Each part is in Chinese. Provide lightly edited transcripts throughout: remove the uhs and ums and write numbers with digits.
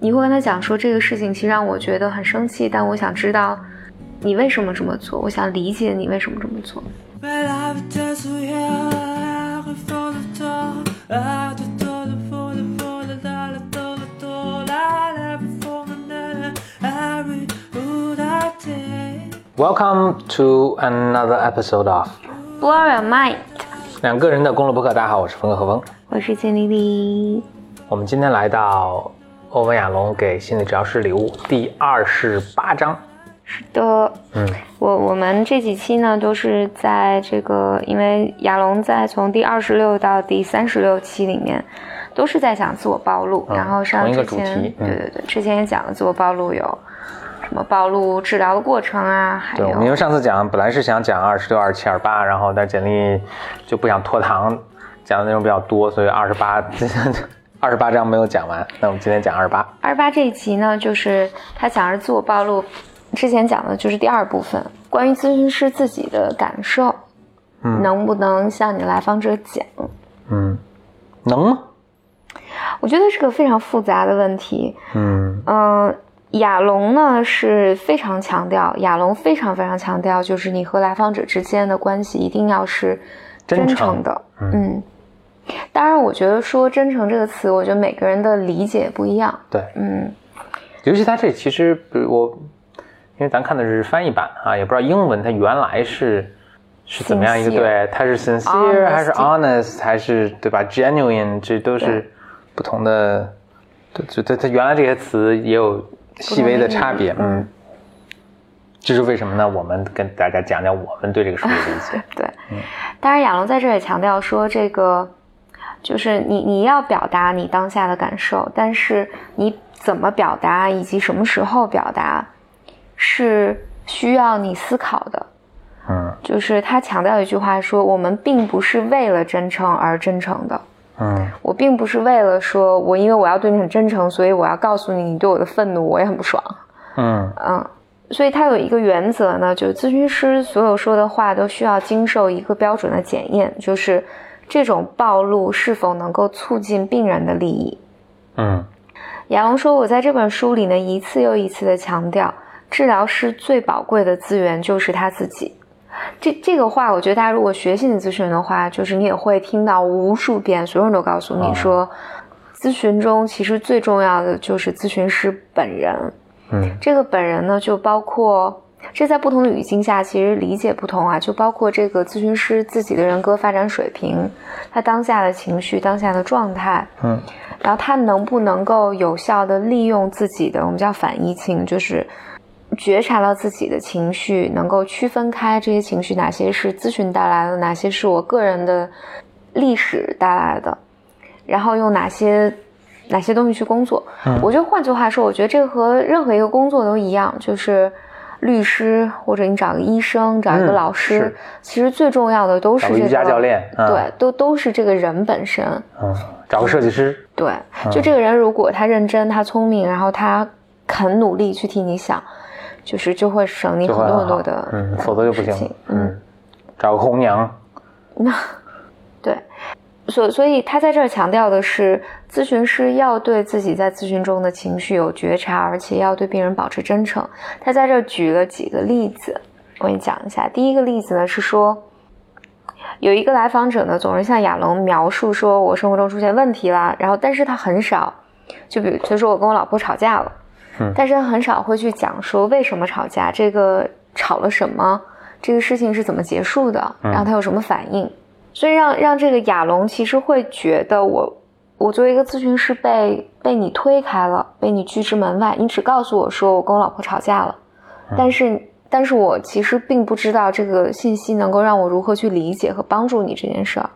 你会跟他讲说这个事情其实让我觉得很生气，但我想知道你为什么这么做，我想理解你为什么这么做。 Welcome to another episode of Blow Your Mind， 两个人的公路播客。大家好，我是峰哥何峰，我是简丽丽。 我们今天来到欧文亚龙给心理治疗师礼物第28章。 是的，我们这几期呢都是在这个，因为亚龙在从第26到第36期里面都是在讲自我暴露，然后上之前对，之前也讲了自我暴露有什么暴露治疗的过程啊，还有对，我们因为上次讲本来是想讲26、27、28，然后但简历就不想拖堂，讲的内容比较多，所以28章没有讲完。那我们今天讲28 这一集呢，就是他讲的是自我暴露，之前讲的就是第二部分，关于咨询师自己的感受，能不能向你来访者讲？ 能吗？ 我觉得是个非常复杂的问题。亚龙呢是非常强调，亚龙非常非常强调，就是你和来访者之间的关系一定要是真诚的。当然我觉得说真诚这个词，我觉得每个人的理解不一样。 对，尤其他这其实因为咱看的是翻译版啊，也不知道英文它原来是怎么样一个，对，它是 sincere 还是 honest 还是对吧 genuine， 这都是不同的，对，它原来这些词也有细微的差别。这是为什么呢？我们跟大家讲讲我们对这个书的理解。 对，当然亚龙在这里强调说，这个就是你要表达你当下的感受，但是你怎么表达以及什么时候表达是需要你思考的。就是他强调一句话说，我们并不是为了真诚而真诚的。我并不是为了说因为我要对你很真诚，所以我要告诉你你对我的愤怒我也很不爽。所以他有一个原则呢，就是咨询师所有说的话都需要经受一个标准的检验，就是这种暴露是否能够促进病人的利益。亚龙说，我在这本书里呢一次又一次的强调，治疗师最宝贵的资源就是他自己。这个话我觉得大家如果学心理咨询的话，就是你也会听到无数遍，所有人都告诉你说，咨询中其实最重要的就是咨询师本人。这个本人呢就包括，这在不同的语境下其实理解不同啊，就包括这个咨询师自己的人格发展水平，他当下的情绪，当下的状态，然后他能不能够有效的利用自己的我们叫反移情，就是觉察到自己的情绪，能够区分开这些情绪哪些是咨询带来的，哪些是我个人的历史带来的，然后用哪些东西去工作。我觉得换句话说，我觉得这个和任何一个工作都一样，就是律师或者你找个医生，找一个老师，其实最重要的都是这个瑜伽教练， 对，都是这个人本身。 找个设计师， 对，就这个人如果他认真，他聪明，然后他肯努力去替你想，就会省你很多很多的否则就不行。找个红娘。 对，所以他在这儿强调的是，咨询师要对自己在咨询中的情绪有觉察，而且要对病人保持真诚。他在这儿举了几个例子，我给你讲一下。第一个例子呢是说，有一个来访者呢总是向亚龙描述说我生活中出现问题了，然后但是他很少，就比如他说我跟我老婆吵架了，但是他很少会去讲说为什么吵架，这个吵了什么，这个事情是怎么结束的，然后他有什么反应。所以让这个亚龙其实会觉得我作为一个咨询师被你推开了，被你拒之门外，你只告诉我说我跟我老婆吵架了，但是我其实并不知道这个信息能够让我如何去理解和帮助你这件事儿。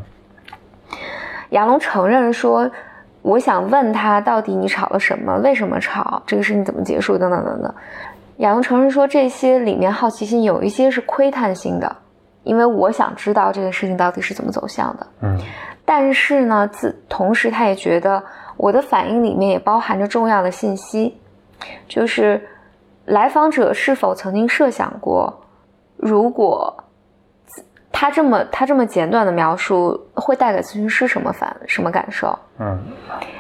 亚龙承认说，我想问他到底你吵了什么，为什么吵，这个事情怎么结束，等等等等。亚龙承认说，这些里面好奇心有一些是窥探性的，因为我想知道这个事情到底是怎么走向的。但是呢，同时他也觉得我的反应里面也包含着重要的信息，就是来访者是否曾经设想过，如果他这么简短的描述会带给咨询师什么感受。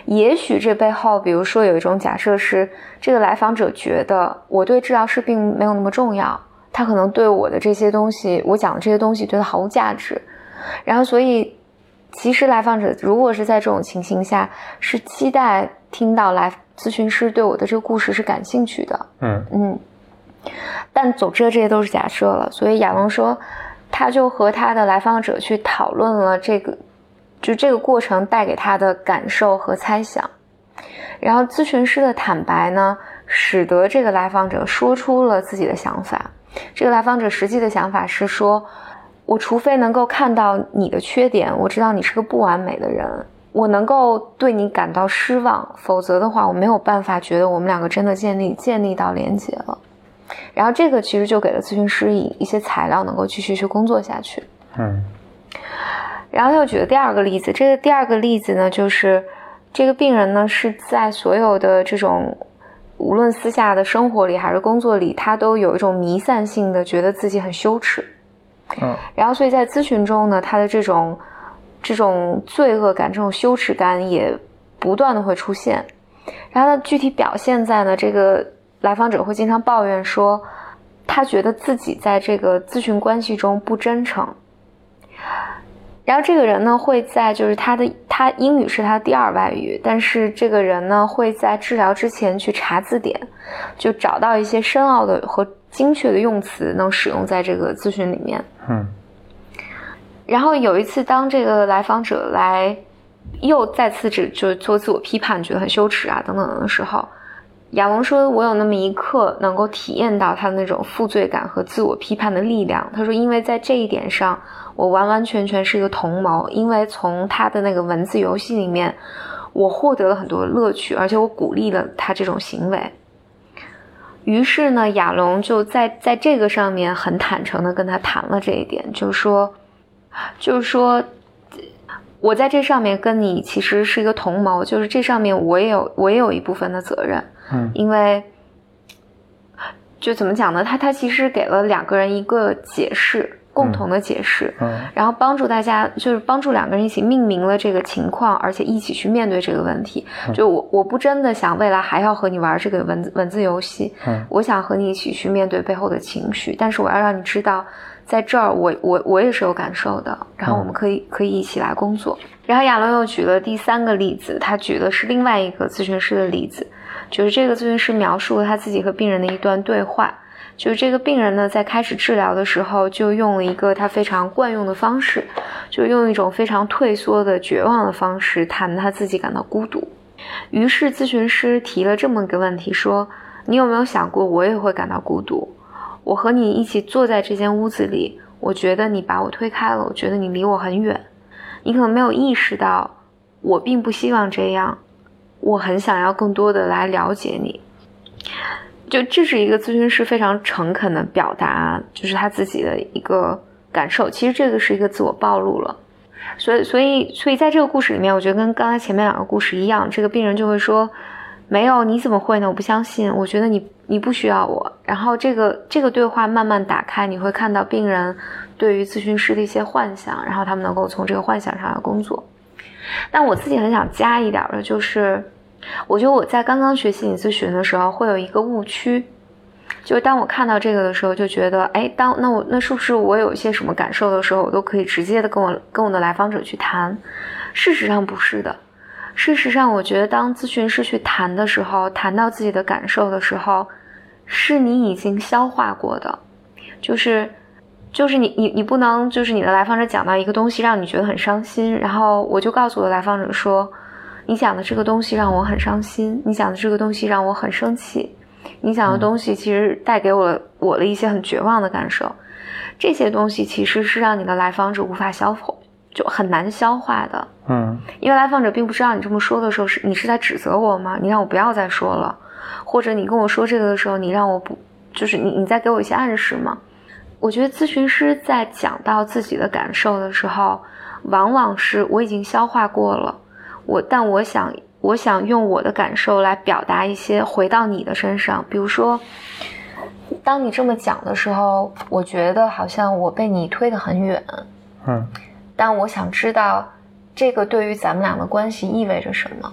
也许这背后比如说有一种假设是，这个来访者觉得我对治疗师并没有那么重要，他可能对我的这些东西，我讲的这些东西对他毫无价值，然后所以其实来访者如果是在这种情形下是期待听到来咨询师对我的这个故事是感兴趣的。但总之这些都是假设了，所以亚龙说他就和他的来访者去讨论了这个过程带给他的感受和猜想，然后咨询师的坦白呢使得这个来访者说出了自己的想法。这个来访者实际的想法是说，我除非能够看到你的缺点，我知道你是个不完美的人，我能够对你感到失望，否则的话我没有办法觉得我们两个真的建立到连结了。然后这个其实就给了咨询师一些材料能够继续去工作下去。然后他又举了第二个例子，这个第二个例子呢就是这个病人呢是在所有的这种无论私下的生活里还是工作里，他都有一种弥散性的觉得自己很羞耻。然后所以在咨询中呢，他的这种罪恶感，这种羞耻感也不断的会出现。然后他具体表现在呢，这个来访者会经常抱怨说，他觉得自己在这个咨询关系中不真诚。然后这个人呢会在就是他英语是他的第二外语，但是这个人呢会在治疗之前去查字典，就找到一些深奥的和精确的用词能使用在这个咨询里面。然后有一次当这个来访者来又再次就做自我批判，觉得很羞耻啊等等的时候，亚龙说我有那么一刻能够体验到他的那种负罪感和自我批判的力量。他说因为在这一点上我完完全全是一个同谋，因为从他的那个文字游戏里面我获得了很多乐趣，而且我鼓励了他这种行为。于是呢亚龙就在这个上面很坦诚地跟他谈了这一点，就是说我在这上面跟你其实是一个同谋，就是这上面我也有一部分的责任。因为就怎么讲呢，他其实给了两个人一个解释，共同的解释，然后帮助大家，就是帮助两个人一起命名了这个情况，而且一起去面对这个问题。就我不真的想未来还要和你玩这个文字游戏，我想和你一起去面对背后的情绪，但是我要让你知道在这儿我也是有感受的，然后我们可以一起来工作。然后亚龙又举了第三个例子，他举的是另外一个咨询师的例子，就是这个咨询师描述了他自己和病人的一段对话。就是这个病人呢在开始治疗的时候就用了一个他非常惯用的方式，就用一种非常退缩的绝望的方式谈他自己感到孤独。于是咨询师提了这么一个问题，说你有没有想过我也会感到孤独，我和你一起坐在这间屋子里，我觉得你把我推开了，我觉得你离我很远，你可能没有意识到我并不希望这样，我很想要更多的来了解你。就这是一个咨询师非常诚恳的表达，就是他自己的一个感受，其实这个是一个自我暴露了。所以在这个故事里面，我觉得跟刚才前面两个故事一样，这个病人就会说没有，你怎么会呢，我不相信，我觉得你不需要我。然后这个对话慢慢打开，你会看到病人对于咨询师的一些幻想，然后他们能够从这个幻想上来工作。但我自己很想加一点的就是我觉得我在刚刚学心理咨询的时候会有一个误区，就是当我看到这个的时候就觉得那是不是我有一些什么感受的时候我都可以直接的跟我的来访者去谈。事实上不是的，事实上我觉得当咨询师去谈的时候，谈到自己的感受的时候，是你已经消化过的，就是你不能就是你的来访者讲到一个东西让你觉得很伤心，然后我就告诉我的来访者说你讲的这个东西让我很伤心，你讲的这个东西让我很生气，你讲的东西其实带给我了一些很绝望的感受，这些东西其实是让你的来访者无法就很难消化的。因为来访者并不知道你这么说的时候你是在指责我吗？你让我不要再说了，或者你跟我说这个的时候你让我不就是你在给我一些暗示吗？我觉得咨询师在讲到自己的感受的时候，往往是我已经消化过了，但我想用我的感受来表达一些回到你的身上。比如说当你这么讲的时候，我觉得好像我被你推得很远，但我想知道这个对于咱们俩的关系意味着什么。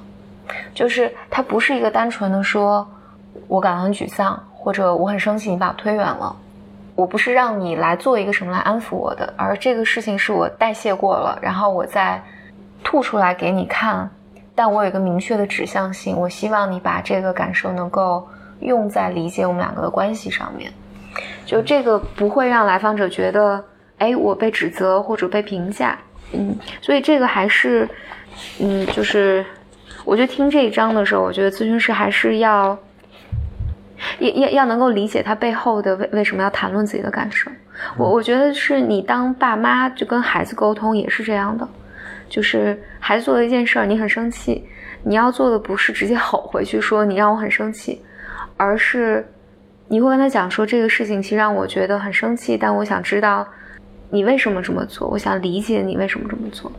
就是它不是一个单纯的说我感到很沮丧或者我很生气你把我推远了，我不是让你来做一个什么来安抚我的，而这个事情是我代谢过了，然后我再吐出来给你看，但我有一个明确的指向性，我希望你把这个感受能够用在理解我们两个的关系上面。就这个不会让来访者觉得我被指责或者被评价。所以这个还是就是我觉得听这一章的时候，我觉得咨询师还是要能够理解他背后的为什么要谈论自己的感受。我觉得是你当爸妈就跟孩子沟通也是这样的，就是孩子做了一件事儿你很生气，你要做的不是直接吼回去说你让我很生气，而是你会跟他讲说这个事情其实让我觉得很生气，但我想知道你为什么这么做，我想理解你为什么这么做。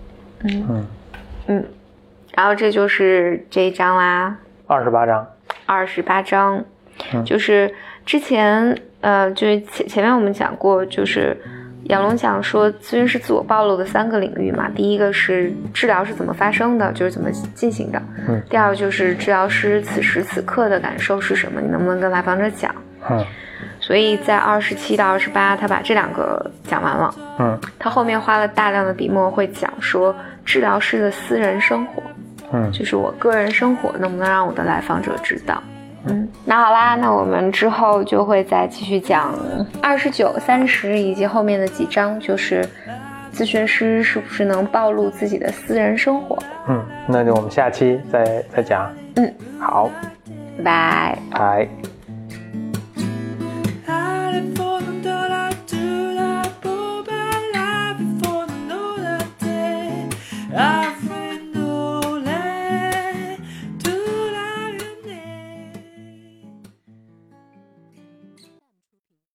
然后这就是这一章啦，28章。就是之前就是前面我们讲过，就是杨龙讲说咨询师自我暴露的3个领域嘛，第一个是治疗是怎么发生的，就是怎么进行的，第二个就是治疗师此时此刻的感受是什么，你能不能跟来访者讲。所以在27到28他把这2个讲完了。他后面花了大量的笔墨会讲说治疗师的私人生活，就是我个人生活能不能让我的来访者知道。那好啦，那我们之后就会再继续讲29、30以及后面的几章，就是咨询师是不是能暴露自己的私人生活。 那就我们下期再讲。好， 拜拜。